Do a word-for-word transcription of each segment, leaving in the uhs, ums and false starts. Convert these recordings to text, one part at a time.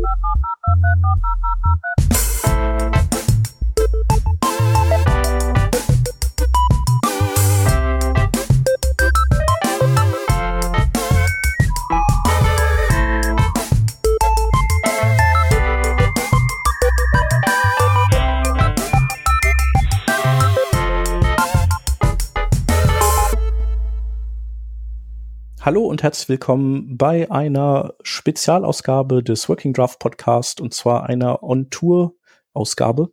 Hallo und herzlich willkommen bei einer Spezialausgabe des Working Draft Podcast, und zwar einer On-Tour-Ausgabe.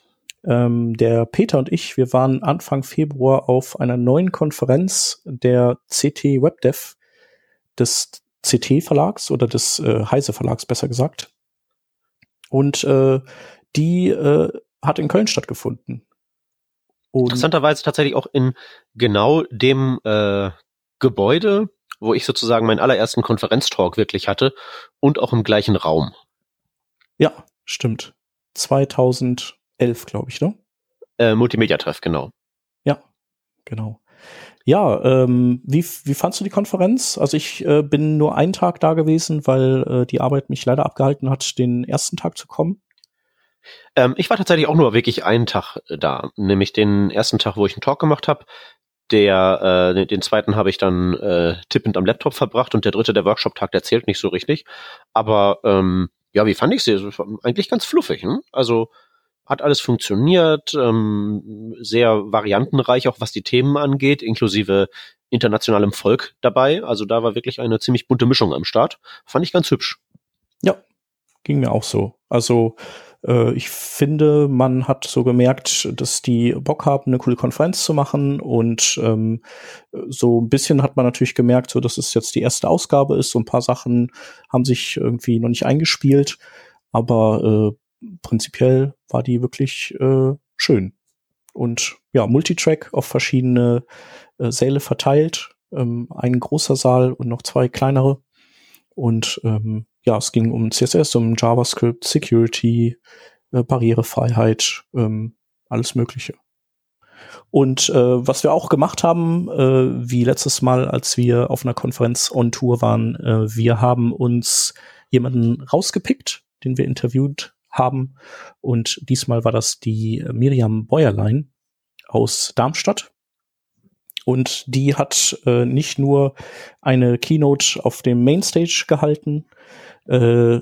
Ähm, der Peter und ich, wir waren Anfang Februar auf einer neuen Konferenz der C T WebDev des C T-Verlags oder des äh, Heise-Verlags, besser gesagt. Und äh, die äh, hat in Köln stattgefunden. Und interessanterweise tatsächlich auch in genau dem äh, Gebäude, wo ich sozusagen meinen allerersten Konferenztalk wirklich hatte, und auch im gleichen Raum. Ja, stimmt. zweitausendelf, glaube ich, ne? Äh, Multimedia-Treff, genau. Ja, genau. Ja, ähm, wie, wie fandst du die Konferenz? Also ich äh, bin nur einen Tag da gewesen, weil äh, die Arbeit mich leider abgehalten hat, den ersten Tag zu kommen. Ähm, ich war tatsächlich auch nur wirklich einen Tag da, nämlich den ersten Tag, wo ich einen Talk gemacht habe. Der, äh, den zweiten habe ich dann äh, tippend am Laptop verbracht, und der dritte, der Workshop-Tag, der zählt nicht so richtig. Aber ähm, ja, wie fand ich sie? Eigentlich ganz fluffig, ne? Also hat alles funktioniert, ähm, sehr variantenreich, auch was die Themen angeht, inklusive internationalem Volk dabei. Also da war wirklich eine ziemlich bunte Mischung am Start. Fand ich ganz hübsch. Ja, ging mir auch so. Also äh, ich finde, man hat so gemerkt, dass die Bock haben, eine coole Konferenz zu machen, und ähm, so ein bisschen hat man natürlich gemerkt, so dass es jetzt die erste Ausgabe ist. So ein paar Sachen haben sich irgendwie noch nicht eingespielt, aber äh, prinzipiell war die wirklich äh, schön. Und ja, Multitrack auf verschiedene äh, Säle verteilt, ähm, ein großer Saal und noch zwei kleinere. Und ähm, ja, es ging um C S S, um JavaScript, Security, äh, Barrierefreiheit, ähm, alles Mögliche. Und äh, was wir auch gemacht haben, äh, wie letztes Mal, als wir auf einer Konferenz on Tour waren, äh, wir haben uns jemanden rausgepickt, den wir interviewt haben. Und diesmal war das die Miriam Bäuerlein aus Darmstadt. Und die hat äh, nicht nur eine Keynote auf dem Mainstage gehalten, äh,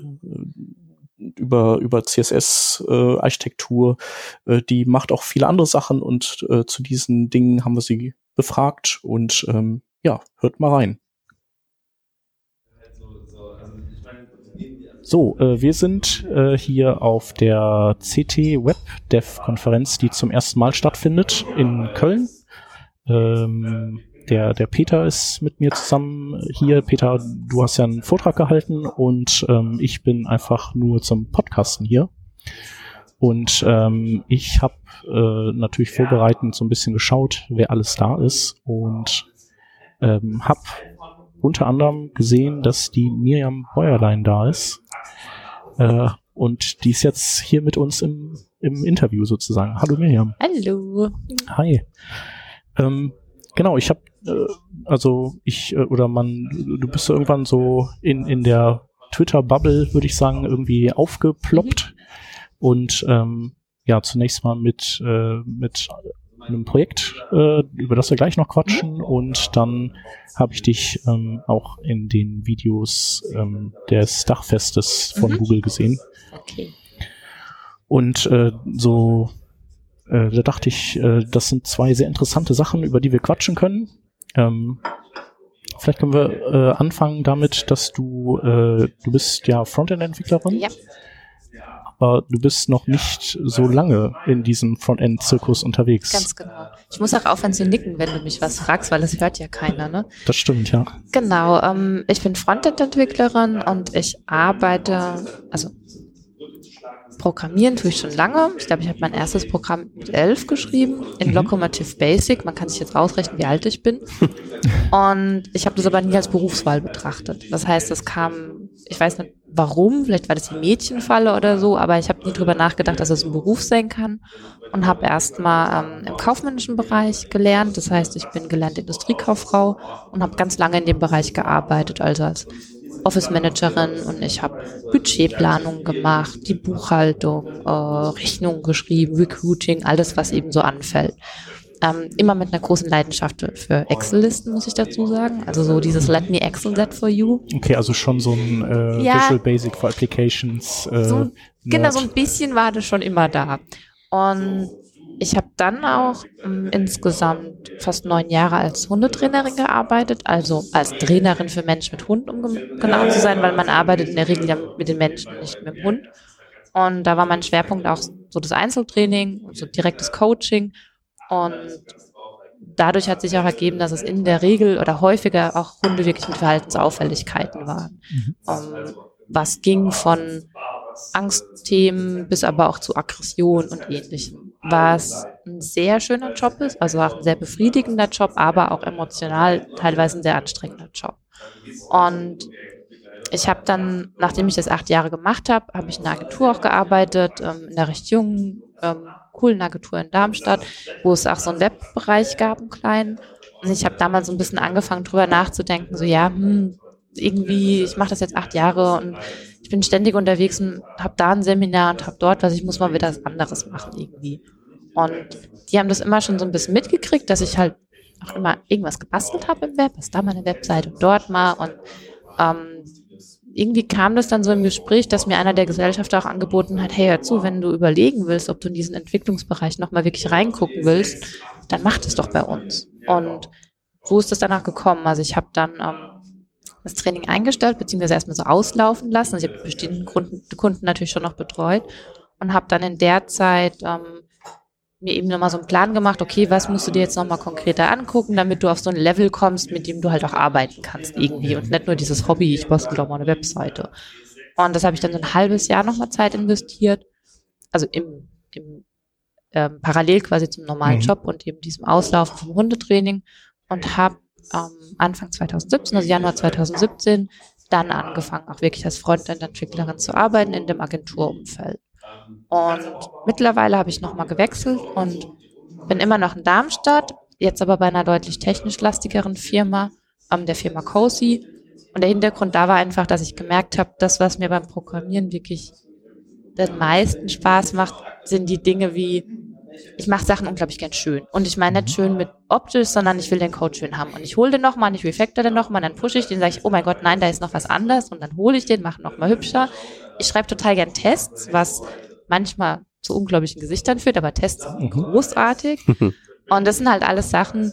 über über C S S-Architektur, äh, die macht auch viele andere Sachen, und äh, zu diesen Dingen haben wir sie befragt, und ähm, ja, hört mal rein. So, äh, wir sind äh, hier auf der C T WebDev-Konferenz, die zum ersten Mal stattfindet in Köln. Ähm, der, der Peter ist mit mir zusammen hier. Peter, du hast ja einen Vortrag gehalten, und ähm, ich bin einfach nur zum Podcasten hier. Und ähm, ich habe äh, natürlich vorbereitend so ein bisschen geschaut, wer alles da ist, und ähm, habe unter anderem gesehen, dass die Miriam Bäuerlein da ist. Äh, und die ist jetzt hier mit uns im, im Interview sozusagen. Hallo Miriam. Hallo. Hi. Ähm, genau, ich habe, äh, also ich, äh, oder man, du bist so irgendwann so in, in der Twitter-Bubble, würde ich sagen, irgendwie aufgeploppt. Mhm. Und ähm, ja, zunächst mal mit, äh, mit einem Projekt, äh, über das wir gleich noch quatschen. Und dann habe ich dich ähm, auch in den Videos ähm, des Dachfestes von mhm. Google gesehen. Okay. Und äh, so Äh, da dachte ich, äh, das sind zwei sehr interessante Sachen, über die wir quatschen können. Ähm, vielleicht können wir äh, anfangen damit, dass du, äh, du bist ja Frontend-Entwicklerin, ja. aber du bist noch nicht so lange in diesem Frontend-Zirkus unterwegs. Ganz genau. Ich muss auch aufhören zu nicken, wenn du mich was fragst, weil das hört ja keiner, ne? Das stimmt, ja. Genau, ähm, ich bin Frontend-Entwicklerin, und ich arbeite, also Programmieren tue ich schon lange. Ich glaube, ich habe mein erstes Programm mit elf geschrieben, in mhm. Locomotive Basic. Man kann sich jetzt ausrechnen, wie alt ich bin. Und ich habe das aber nie als Berufswahl betrachtet. Das heißt, es kam, ich weiß nicht warum, vielleicht war das die Mädchenfalle oder so, aber ich habe nie drüber nachgedacht, dass es ein Beruf sein kann, und habe erstmal ähm, im kaufmännischen Bereich gelernt. Das heißt, ich bin gelernte Industriekauffrau und habe ganz lange in dem Bereich gearbeitet, also als Office Managerin und ich habe Budgetplanung gemacht, die Buchhaltung, äh, Rechnungen geschrieben, Recruiting, alles, was eben so anfällt. Ähm, immer mit einer großen Leidenschaft für Excel-Listen, muss ich dazu sagen. Also so dieses Let me Excel that for you. Okay, also schon so ein äh, ja, Visual Basic for Applications. Äh, so, genau, so ein bisschen war das schon immer da. Und ich habe dann auch ähm, insgesamt fast neun Jahre als Hundetrainerin gearbeitet, also als Trainerin für Menschen mit Hund, um genau zu sein, weil man arbeitet in der Regel ja mit den Menschen, nicht mit dem Hund. Und da war mein Schwerpunkt auch so das Einzeltraining und so direktes Coaching. Und dadurch hat sich auch ergeben, dass es in der Regel oder häufiger auch Hunde wirklich mit Verhaltensauffälligkeiten waren. Mhm. Um, was ging von Angstthemen bis aber auch zu Aggression und Ähnlichem. Was ein sehr schöner Job ist, also auch ein sehr befriedigender Job, aber auch emotional teilweise ein sehr anstrengender Job. Und ich habe dann, nachdem ich das acht Jahre gemacht habe, habe ich in einer Agentur auch gearbeitet, ähm, in einer recht jungen, ähm, coolen Agentur in Darmstadt, wo es auch so einen Webbereich gab, einen kleinen. Und ich habe damals so ein bisschen angefangen, drüber nachzudenken, so ja, hm, irgendwie, ich mache das jetzt acht Jahre und ich bin ständig unterwegs und habe da ein Seminar und habe dort was, ich muss mal wieder was anderes machen irgendwie. Und die haben das immer schon so ein bisschen mitgekriegt, dass ich halt auch immer irgendwas gebastelt habe im Web, was da mal eine Webseite und dort mal und ähm, irgendwie kam das dann so im Gespräch, dass mir einer der Gesellschafter auch angeboten hat, hey, hör zu, wenn du überlegen willst, ob du in diesen Entwicklungsbereich nochmal wirklich reingucken willst, dann mach das doch bei uns. Und so ist das danach gekommen. Also ich habe dann ähm, das Training eingestellt, beziehungsweise erstmal so auslaufen lassen. Also ich habe bestehenden Kunden, Kunden natürlich schon noch betreut und habe dann in der Zeit ähm, mir eben nochmal so einen Plan gemacht, okay, was musst du dir jetzt nochmal konkreter angucken, damit du auf so ein Level kommst, mit dem du halt auch arbeiten kannst irgendwie und nicht nur dieses Hobby, ich bastel doch mal eine Webseite. Und das habe ich dann so ein halbes Jahr nochmal Zeit investiert, also im, im ähm, parallel quasi zum normalen mhm. Job und eben diesem Auslaufen vom Hundetraining und habe ähm, Anfang zwanzig siebzehn, also Januar zwanzig siebzehn, dann angefangen, auch wirklich als Frontend-Entwicklerin zu arbeiten in dem Agenturumfeld. Und mittlerweile habe ich nochmal gewechselt und bin immer noch in Darmstadt, jetzt aber bei einer deutlich technisch lastigeren Firma, ähm, der Firma Cozy. Und der Hintergrund da war einfach, dass ich gemerkt habe, das, was mir beim Programmieren wirklich den meisten Spaß macht, sind die Dinge wie, ich mache Sachen unglaublich gern schön. Und ich meine nicht schön mit optisch, sondern ich will den Code schön haben. Und ich hole den nochmal, ich refactor den nochmal, dann pushe ich den, sage ich, oh mein Gott, nein, da ist noch was anderes. Und dann hole ich den, mache nochmal hübscher. Ich schreibe total gern Tests, was manchmal zu unglaublichen Gesichtern führt, aber Tests sind großartig. Und das sind halt alles Sachen,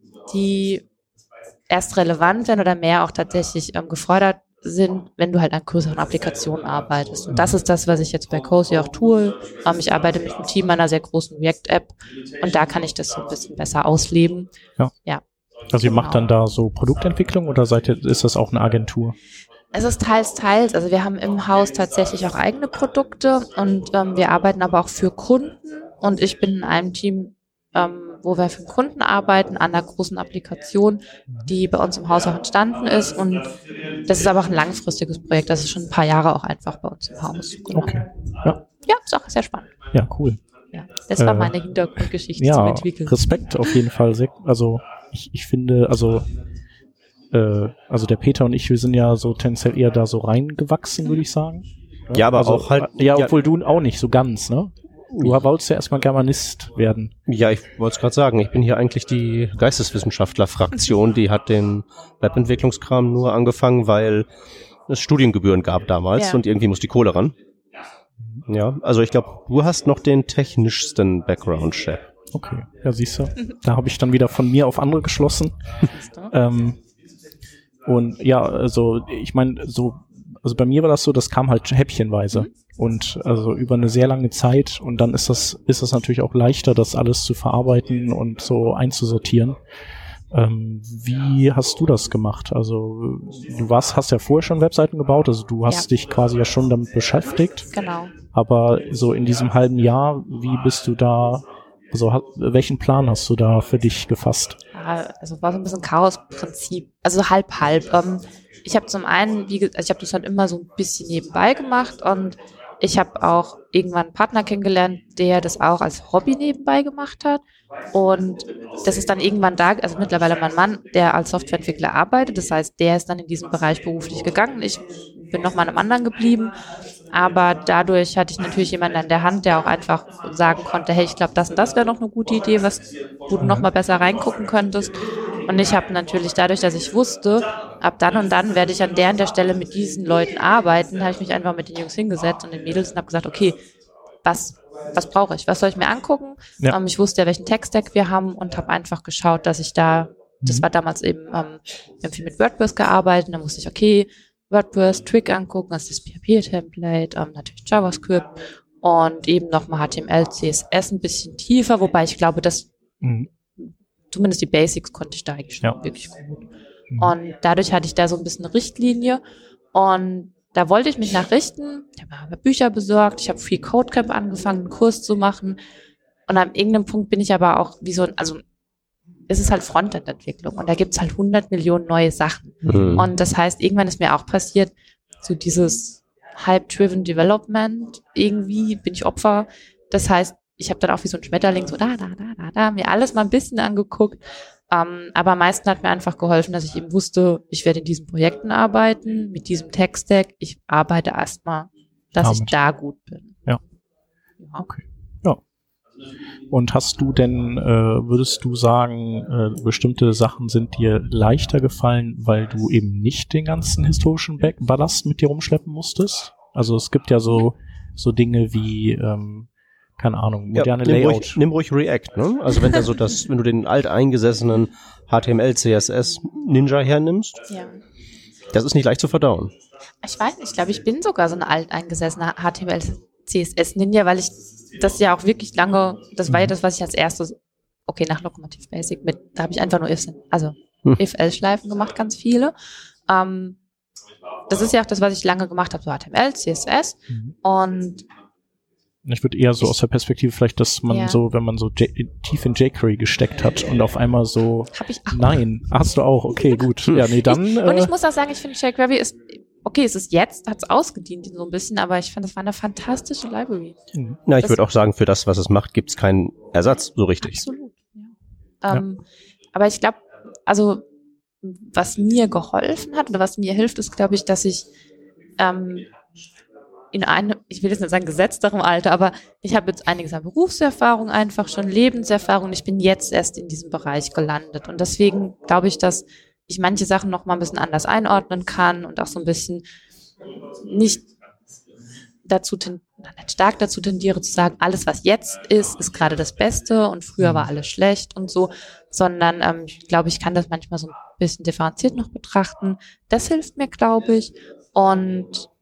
die erst relevant werden oder mehr auch tatsächlich ähm, gefordert sind, wenn du halt an größeren Applikationen arbeitest. Und das ist das, was ich jetzt bei Cozy auch tue. Ähm, ich arbeite mit einem Team an einer sehr großen React-App und da kann ich das so ein bisschen besser ausleben. Ja. ja. Also ihr macht dann da so Produktentwicklung oder seid ihr, ist das auch eine Agentur? Es ist teils, teils. Also wir haben im Haus tatsächlich auch eigene Produkte und ähm, wir arbeiten aber auch für Kunden und ich bin in einem Team, ähm, wo wir für Kunden arbeiten, an einer großen Applikation, die bei uns im Haus auch entstanden ist und das ist aber auch ein langfristiges Projekt. Das ist schon ein paar Jahre auch einfach bei uns im Haus. Genau. Okay. Ja. Ja, ist auch sehr spannend. Ja, cool. Ja, das war äh, meine Hintergrundgeschichte ja, zum Entwickeln. Respekt auf jeden Fall. Sehr, also ich, ich finde, also äh, also der Peter und ich, wir sind ja so tendenziell eher da so reingewachsen, würde ich sagen. Ja, ja aber also, auch halt. Ja, obwohl ja, du auch nicht so ganz, ne? Du wolltest ja erstmal Germanist werden. Ja, ich wollte es gerade sagen. Ich bin hier eigentlich die Geisteswissenschaftler-Fraktion. Die hat den Webentwicklungskram nur angefangen, weil es Studiengebühren gab damals ja. und irgendwie muss die Kohle ran. Ja, also ich glaube, du hast noch den technischsten Background, Chef. Okay, ja, siehst du. Da habe ich dann wieder von mir auf andere geschlossen. ähm, und ja, also ich meine, so, also bei mir war das so, das kam halt häppchenweise. Mhm. Und also über eine sehr lange Zeit und dann ist das ist das natürlich auch leichter, das alles zu verarbeiten und so einzusortieren. Ähm, wie hast du das gemacht? Also du warst, hast ja vorher schon Webseiten gebaut, also du hast ja. dich quasi ja schon damit beschäftigt. Genau. Aber so in diesem halben Jahr, wie bist du da, also welchen Plan hast du da für dich gefasst? Ja, also war so ein bisschen Chaos-Prinzip, also halb halb. Ähm, ich habe zum einen, wie, also ich habe das halt immer so ein bisschen nebenbei gemacht und ich habe auch irgendwann einen Partner kennengelernt, der das auch als Hobby nebenbei gemacht hat. Und das ist dann irgendwann da, also mittlerweile mein Mann, der als Softwareentwickler arbeitet. Das heißt, der ist dann in diesem Bereich beruflich gegangen. Ich bin noch mal einem anderen geblieben. Aber dadurch hatte ich natürlich jemanden an der Hand, der auch einfach sagen konnte, hey, ich glaube, das und das wäre noch eine gute Idee, was, wo du noch mal besser reingucken könntest. Und ich habe natürlich dadurch, dass ich wusste, ab dann und dann werde ich an der und der Stelle mit diesen Leuten arbeiten, habe ich mich einfach mit den Jungs hingesetzt und den Mädels und habe gesagt, okay, was, was brauche ich? Was soll ich mir angucken? Ja. Ähm, ich wusste ja, welchen Tech-Stack wir haben und habe einfach geschaut, dass ich da, das war damals eben, ähm, wir haben viel mit WordPress gearbeitet und dann wusste ich, okay, WordPress, Twig angucken, das ist das P H P-Template, ähm, natürlich JavaScript und eben nochmal H T M L, C S S ein bisschen tiefer, wobei ich glaube, dass mhm. zumindest die Basics konnte ich da eigentlich schon ja. wirklich gut. Mhm. Und dadurch hatte ich da so ein bisschen eine Richtlinie und da wollte ich mich nachrichten. Ich habe Bücher besorgt, ich habe Free Codecamp angefangen, einen Kurs zu machen und an irgendeinem Punkt bin ich aber auch wie so ein, also es ist halt Frontend-Entwicklung und da gibt's halt hundert Millionen neue Sachen. Mhm. Und das heißt, irgendwann ist mir auch passiert, so dieses Hype-Driven Development, irgendwie bin ich Opfer. Das heißt, ich habe dann auch wie so ein Schmetterling so da, da, da, da, da, mir alles mal ein bisschen angeguckt. Ähm, aber am meisten hat mir einfach geholfen, dass ich eben wusste, ich werde in diesen Projekten arbeiten, mit diesem Tech-Stack. Ich arbeite erstmal, dass Damit. ich da gut bin. Ja. ja. Okay. Ja. Und hast du denn, äh, würdest du sagen, äh, bestimmte Sachen sind dir leichter gefallen, weil du eben nicht den ganzen historischen Back- Ballast mit dir rumschleppen musstest? Also es gibt ja so so Dinge wie, ähm, keine Ahnung, moderne ja, nimm Layout. Ruhig, nimm ruhig React, ne? Also wenn da so das, wenn du den alteingesessenen H T M L, C S S Ninja hernimmst, ja. das ist nicht leicht zu verdauen. Ich weiß nicht, ich glaube, ich bin sogar so ein alteingesessener H T M L, C S S Ninja, weil ich das ja auch wirklich lange, das war ja das, was ich als erstes, okay, nach Locomotive Basic mit, da habe ich einfach nur if, also hm. if-else-Schleifen gemacht, ganz viele. Ähm, das ist ja auch das, was ich lange gemacht habe, so H T M L, C S S mhm. und ich würde eher so aus der Perspektive vielleicht, dass man ja. so, wenn man so J- tief in jQuery gesteckt hat und auf einmal so, hab ich auch. Nein, hast du auch, okay, gut, ja, nee, dann. Ich, äh, und ich muss auch sagen, ich finde jQuery ist, okay, es ist jetzt, hat es ausgedient so ein bisschen, aber ich fand, das war eine fantastische Library. Na, ich würde auch sagen, für das, was es macht, gibt es keinen Ersatz, so richtig. Absolut, ja. Ähm, ja. Aber ich glaube, also, was mir geholfen hat oder was mir hilft, ist, glaube ich, dass ich ähm, in einem, ich will jetzt nicht sagen gesetzterem Alter, aber ich habe jetzt einiges an Berufserfahrung, einfach schon Lebenserfahrung. Ich bin jetzt erst in diesem Bereich gelandet und deswegen glaube ich, dass ich manche Sachen noch mal ein bisschen anders einordnen kann und auch so ein bisschen nicht dazu, ten, nicht stark dazu tendiere zu sagen, alles was jetzt ist, ist gerade das Beste und früher war alles schlecht und so, sondern ähm, ich glaube, ich kann das manchmal so ein bisschen differenziert noch betrachten. Das hilft mir, glaube ich. Und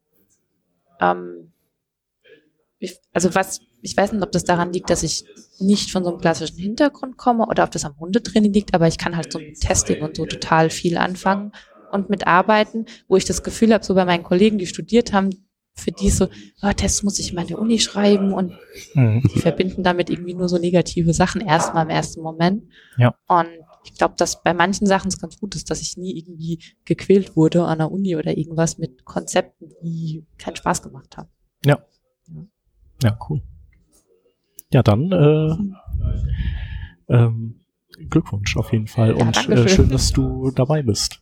ähm, ich, also was, ich weiß nicht, ob das daran liegt, dass ich nicht von so einem klassischen Hintergrund komme oder ob das am Hundetraining liegt, aber ich kann halt so mit Testing und so total viel anfangen und mitarbeiten, wo ich das Gefühl habe, so bei meinen Kollegen, die studiert haben, für die so, oh, Tests muss ich immer in der Uni schreiben und mhm. die verbinden damit irgendwie nur so negative Sachen erstmal im ersten Moment. Ja. Und ich glaube, dass bei manchen Sachen es ganz gut ist, dass ich nie irgendwie gequält wurde an der Uni oder irgendwas mit Konzepten, die keinen Spaß gemacht haben. Ja. Ja, cool. Ja, dann äh, ähm, Glückwunsch auf jeden Fall ja, und äh, schön, dass du dabei bist.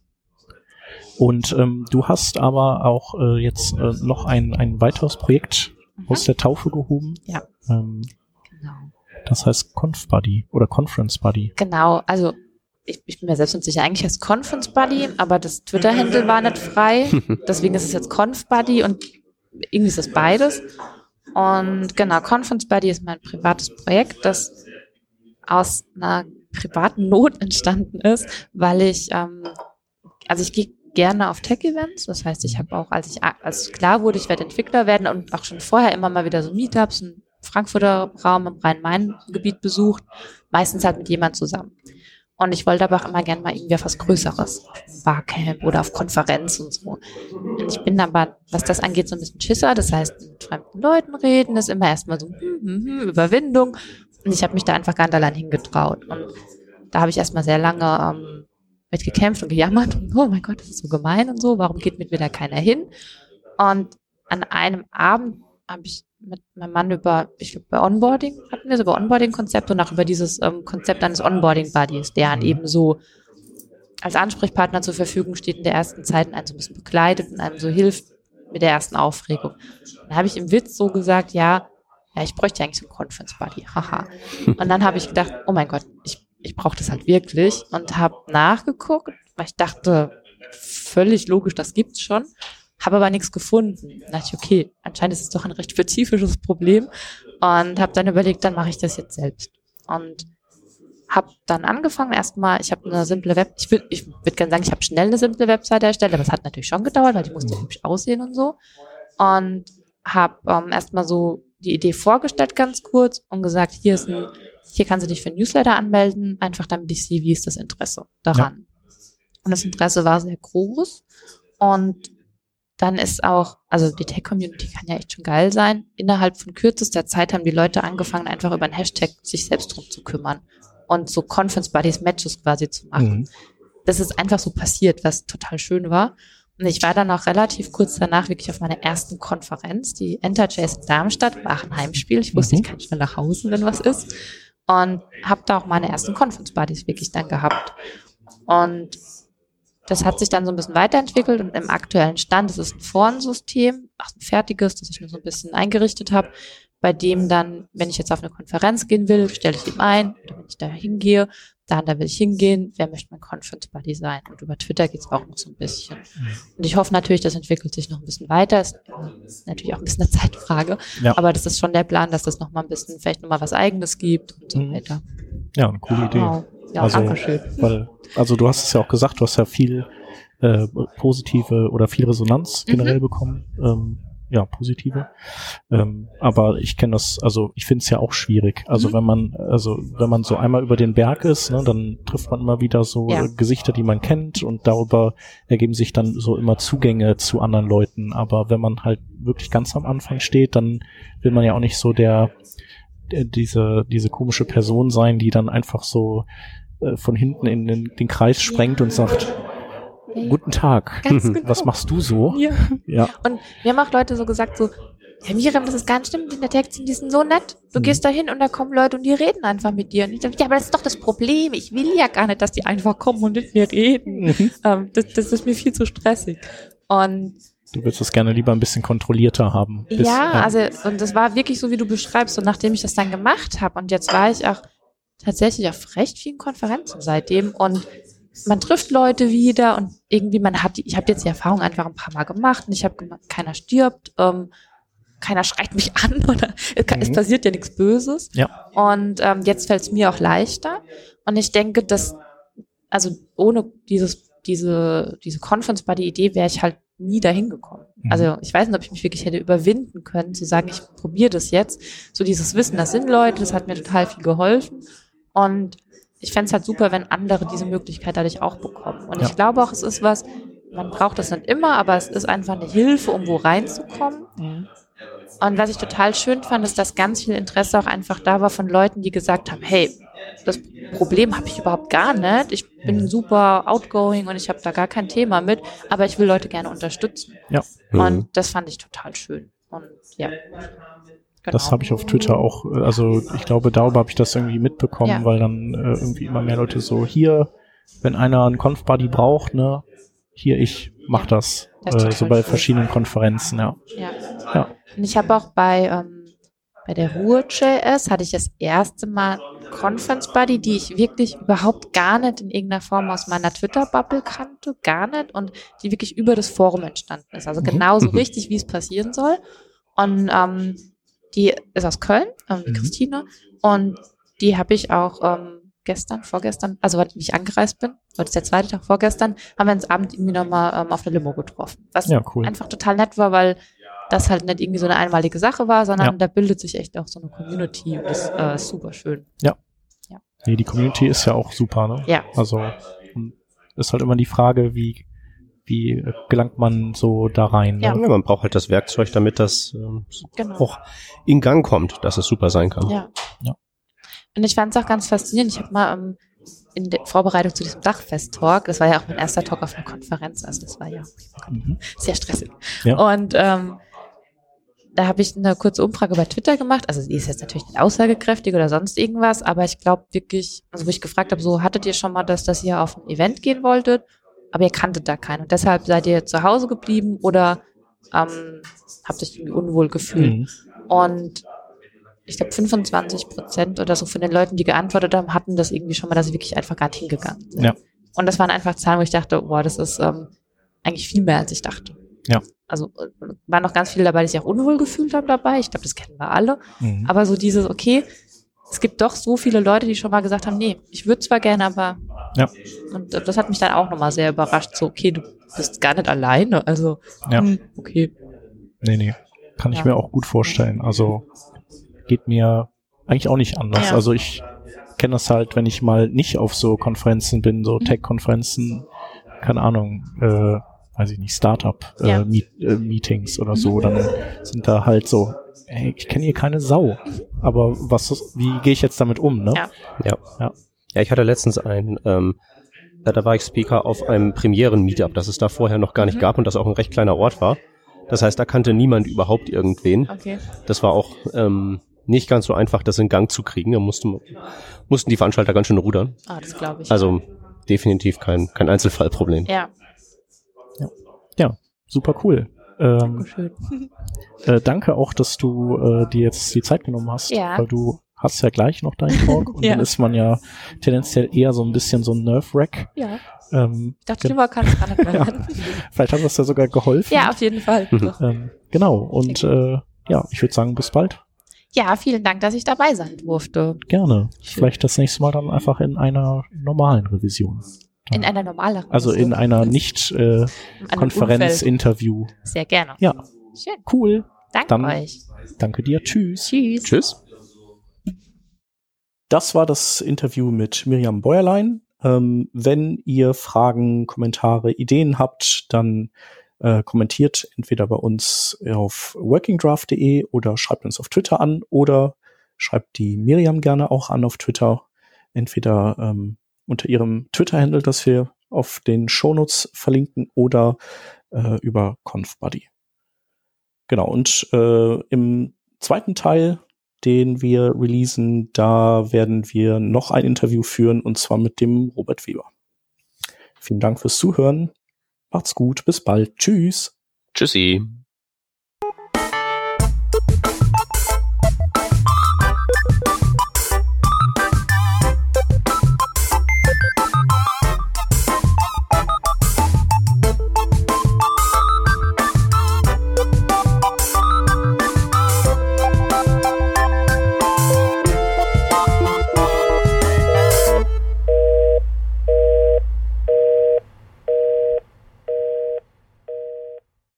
Und ähm, du hast aber auch äh, jetzt äh, noch ein, ein weiteres Projekt mhm. aus der Taufe gehoben. Ja. Ähm, genau. Das heißt ConfBuddy oder Conference Buddy. Genau, also ich, ich bin mir selbst nicht sicher, eigentlich heißt Conference Buddy, aber das Twitter-Handle war nicht frei. Deswegen ist es jetzt ConfBuddy und irgendwie ist es beides. Und genau, Conference Buddy ist mein privates Projekt, das aus einer privaten Not entstanden ist, weil ich, ähm, also ich gehe gerne auf Tech-Events. Das heißt, ich habe auch, als ich als klar wurde, ich werde Entwickler werden und auch schon vorher immer mal wieder so Meetups im Frankfurter Raum, im Rhein-Main-Gebiet besucht, meistens halt mit jemand zusammen. Und ich wollte aber auch immer gerne mal irgendwie auf was Größeres, Barcamp oder auf Konferenz und so. Und ich bin aber, was das angeht, so ein bisschen Schisser. Das heißt, mit fremden Leuten reden ist immer erstmal so hm, hm, hm, Überwindung. Und ich habe mich da einfach ganz allein hingetraut. Und da habe ich erstmal sehr lange ähm, mit gekämpft und gejammert. Und, oh mein Gott, das ist so gemein und so. Warum geht mit mir da keiner hin? Und an einem Abend habe ich mit meinem Mann über, ich glaube, bei Onboarding hatten wir so über Onboarding-Konzept und auch über dieses ähm, Konzept eines Onboarding-Buddies, der mhm. eben so als Ansprechpartner zur Verfügung steht in der ersten Zeit und einen so ein bisschen begleitet und einem so hilft mit der ersten Aufregung. Dann habe ich im Witz so gesagt, ja, ja, ich bräuchte eigentlich so einen Conference-Buddy, haha. Und dann habe ich gedacht, oh mein Gott, ich, ich brauche das halt wirklich und habe nachgeguckt, weil ich dachte, völlig logisch, das gibt's schon, habe aber nichts gefunden. Dann dachte ich, okay, anscheinend ist es doch ein recht spezifisches Problem und habe dann überlegt, dann mache ich das jetzt selbst. Und habe dann angefangen, erstmal, ich habe eine simple Web, ich würde ich würd gerne sagen, ich habe schnell eine simple Webseite erstellt, aber es hat natürlich schon gedauert, weil die musste hübsch aussehen und so. Und habe ähm, erstmal so die Idee vorgestellt ganz kurz und gesagt, hier ist ein, hier kannst du dich für ein Newsletter anmelden, einfach damit ich sehe, wie ist das Interesse daran. Ja. Und das Interesse war sehr groß und dann ist auch, also die Tech-Community kann ja echt schon geil sein. Innerhalb von kürzester Zeit haben die Leute angefangen, einfach über einen Hashtag sich selbst drum zu kümmern und so Conference-Buddies-Matches quasi zu machen. Mhm. Das ist einfach so passiert, was total schön war. Und ich war dann auch relativ kurz danach wirklich auf meiner ersten Konferenz, die Enterchase in Darmstadt, war ein Heimspiel. Ich wusste, mhm. ich kann schnell nach Hause, wenn was ist. Und habe da auch meine ersten Conference-Buddies wirklich dann gehabt. Und das hat sich dann so ein bisschen weiterentwickelt und im aktuellen Stand, das ist ein Forensystem, auch ein fertiges, das ich nur so ein bisschen eingerichtet habe, bei dem dann, wenn ich jetzt auf eine Konferenz gehen will, stelle ich ihm ein, oder wenn ich da hingehe, da, da will ich hingehen, wer möchte mein Conference Buddy sein? Und über Twitter geht's auch noch so ein bisschen. Und ich hoffe natürlich, das entwickelt sich noch ein bisschen weiter, ist natürlich auch ein bisschen eine Zeitfrage, ja. aber das ist schon der Plan, dass das noch mal ein bisschen, vielleicht noch mal was Eigenes gibt und so mhm. weiter. Ja, eine coole Idee. Wow. Ja, also, Dankeschön. Weil, also du hast es ja auch gesagt, du hast ja viel äh, positive oder viel Resonanz generell mhm. bekommen. Ähm, ja, positive. Ähm, aber ich kenne das, also ich finde es ja auch schwierig. Also mhm. wenn man, also wenn man so einmal über den Berg ist, ne, dann trifft man immer wieder so ja. Gesichter, die man kennt und darüber ergeben sich dann so immer Zugänge zu anderen Leuten. Aber wenn man halt wirklich ganz am Anfang steht, dann will man ja auch nicht so der, der diese, diese komische Person sein, die dann einfach so äh, von hinten in den, den Kreis sprengt ja. und sagt, guten Tag, ganz genau. Was machst du so? Ja. ja. Und wir haben auch Leute so gesagt, so, Herr Miriam, das ist gar nicht stimmt, in der Tech-Team, die sind so nett. Du mhm. gehst da hin und da kommen Leute und die reden einfach mit dir. Und ich sage, ja, aber das ist doch das Problem. Ich will ja gar nicht, dass die einfach kommen und mit mir reden. Mhm. Ähm, das, das ist mir viel zu stressig. Und du willst das gerne lieber ein bisschen kontrollierter haben. Bis, ja, ja, also und das war wirklich so, wie du beschreibst. Und nachdem ich das dann gemacht habe und jetzt war ich auch tatsächlich auf recht vielen Konferenzen seitdem und man trifft Leute wieder und irgendwie man hat die, ich habe jetzt die Erfahrung einfach ein paar Mal gemacht und ich habe gemacht, keiner stirbt, ähm, keiner schreit mich an oder es, kann, mhm. es passiert ja nichts Böses. Ja. Und ähm, jetzt fällt es mir auch leichter und ich denke, dass also ohne dieses diese diese Conference Buddy Idee wäre ich halt nie dahin gekommen. Mhm. Also ich weiß nicht, ob ich mich wirklich hätte überwinden können, zu sagen, ich probiere das jetzt. So dieses Wissen, das sind Leute, das hat mir total viel geholfen und ich fände es halt super, wenn andere diese Möglichkeit dadurch auch bekommen. Und ja. ich glaube auch, es ist was, man braucht das nicht immer, aber es ist einfach eine Hilfe, um wo reinzukommen. Mhm. Und was ich total schön fand, ist, dass ganz viel Interesse auch einfach da war von Leuten, die gesagt haben, hey, das Problem habe ich überhaupt gar nicht. Ich bin super outgoing und ich habe da gar kein Thema mit, aber ich will Leute gerne unterstützen. Ja. Und mhm. das fand ich total schön. Und ja. Genau. Das habe ich auf Twitter auch, also ich glaube, darüber habe ich das irgendwie mitbekommen, ja. weil dann äh, irgendwie immer mehr Leute so, hier, wenn einer einen Conf-Buddy braucht, ne, hier, ich mach das, das äh, so bei schön. verschiedenen Konferenzen, ja. Ja. ja. Und ich habe auch bei ähm, bei der Ruhr.js hatte ich das erste Mal Conference Buddy, die ich wirklich überhaupt gar nicht in irgendeiner Form aus meiner Twitter-Bubble kannte, gar nicht, und die wirklich über das Forum entstanden ist, also genauso mhm. richtig, wie es passieren soll. Und ähm, die ist aus Köln, ähm, die mhm. Christine, und die habe ich auch ähm, gestern, vorgestern, also wie ich angereist bin, heute ist der zweite Tag vorgestern, haben wir uns abends irgendwie nochmal ähm, auf der Limo getroffen. Was ja, cool. einfach total nett war, weil das halt nicht irgendwie so eine einmalige Sache war, sondern ja. da bildet sich echt auch so eine Community und das ist äh, super schön. Ja. ja. Nee, die Community ist ja auch super, ne? Ja. Also ist halt immer die Frage, wie Wie gelangt man so da rein? Ja, ne? Man braucht halt das Werkzeug, damit das ähm, genau. auch in Gang kommt, dass es super sein kann. Ja. ja. Und ich fand es auch ganz faszinierend. Ich habe mal ähm, in der Vorbereitung zu diesem Dachfest-Talk, das war ja auch mein erster Talk auf einer Konferenz, also das war ja mhm. sehr stressig. Ja. Und ähm, da habe ich eine kurze Umfrage bei Twitter gemacht. Also die ist jetzt natürlich nicht aussagekräftig oder sonst irgendwas, aber ich glaube wirklich, also wo ich gefragt habe, so hattet ihr schon mal das, dass ihr auf ein Event gehen wolltet, aber ihr kanntet da keinen und deshalb seid ihr zu Hause geblieben oder ähm, habt euch irgendwie unwohl gefühlt. Mhm. Und ich glaube fünfundzwanzig Prozent oder so von den Leuten, die geantwortet haben, hatten das irgendwie schon mal, dass sie wirklich einfach gar nicht hingegangen sind. Ja. Und das waren einfach Zahlen, wo ich dachte, boah, das ist ähm, eigentlich viel mehr, als ich dachte. Ja. Also waren noch ganz viele dabei, die sich auch unwohl gefühlt haben dabei. Ich glaube, das kennen wir alle. Mhm. Aber so dieses, okay, es gibt doch so viele Leute, die schon mal gesagt haben, nee, ich würde zwar gerne, aber ja. Und das hat mich dann auch nochmal sehr überrascht. So, okay, du bist gar nicht alleine. Also, ja. mh, okay. Nee, nee. Kann ich ja. mir auch gut vorstellen. Also geht mir eigentlich auch nicht anders. Ja. Also ich kenne das halt, wenn ich mal nicht auf so Konferenzen bin, so mhm. Tech-Konferenzen, keine Ahnung, äh, weiß ich nicht, Startup-Meetings ja. äh, Meet, äh, Meetings oder so, dann sind da halt so, hey, ich kenne hier keine Sau, aber was, wie gehe ich jetzt damit um, ne? Ja. Ja. Ja. Ja, ich hatte letztens ein, ähm, da war ich Speaker auf einem Premieren-Meetup, das es da vorher noch gar nicht mhm. gab und das auch ein recht kleiner Ort war. Das heißt, da kannte niemand überhaupt irgendwen. Okay. Das war auch ähm, nicht ganz so einfach, das in Gang zu kriegen. Da mussten, mussten die Veranstalter ganz schön rudern. Ah, das glaube ich. Also definitiv kein, kein Einzelfallproblem. Ja. Ja, ja, super cool. Ähm, äh, danke auch, dass du äh, dir jetzt die Zeit genommen hast, ja. weil du hast ja gleich noch deinen Talk und ja. dann ist man ja tendenziell eher so ein bisschen so ein Nerve-Wreck. Ja. Ähm, ich dachte, schlimmer kann es gar nicht mehr werden. Ja. Vielleicht hat das ja sogar geholfen. Ja, auf jeden Fall. Mhm. Ähm, genau, und äh, ja, ich würde sagen, bis bald. Ja, vielen Dank, dass ich dabei sein durfte. Gerne. Schön. Vielleicht das nächste Mal dann einfach in einer normalen Revision. In einer normalen Revision? Also in einer nicht äh, Konferenz-Interview. Sehr gerne. Ja. Schön. Cool. Danke dann, euch. Danke dir. Tschüss. Tschüss. Tschüss. Das war das Interview mit Miriam Bäuerlein. Ähm, wenn ihr Fragen, Kommentare, Ideen habt, dann äh, kommentiert entweder bei uns auf workingdraft punkt de oder schreibt uns auf Twitter an oder schreibt die Miriam gerne auch an auf Twitter. Entweder ähm, unter ihrem Twitter-Handle, das wir auf den Shownotes verlinken, oder äh, über ConfBuddy. Genau, und äh, im zweiten Teil, den wir releasen, da werden wir noch ein Interview führen, und zwar mit dem Robert Weber. Vielen Dank fürs Zuhören. Macht's gut, bis bald. Tschüss. Tschüssi.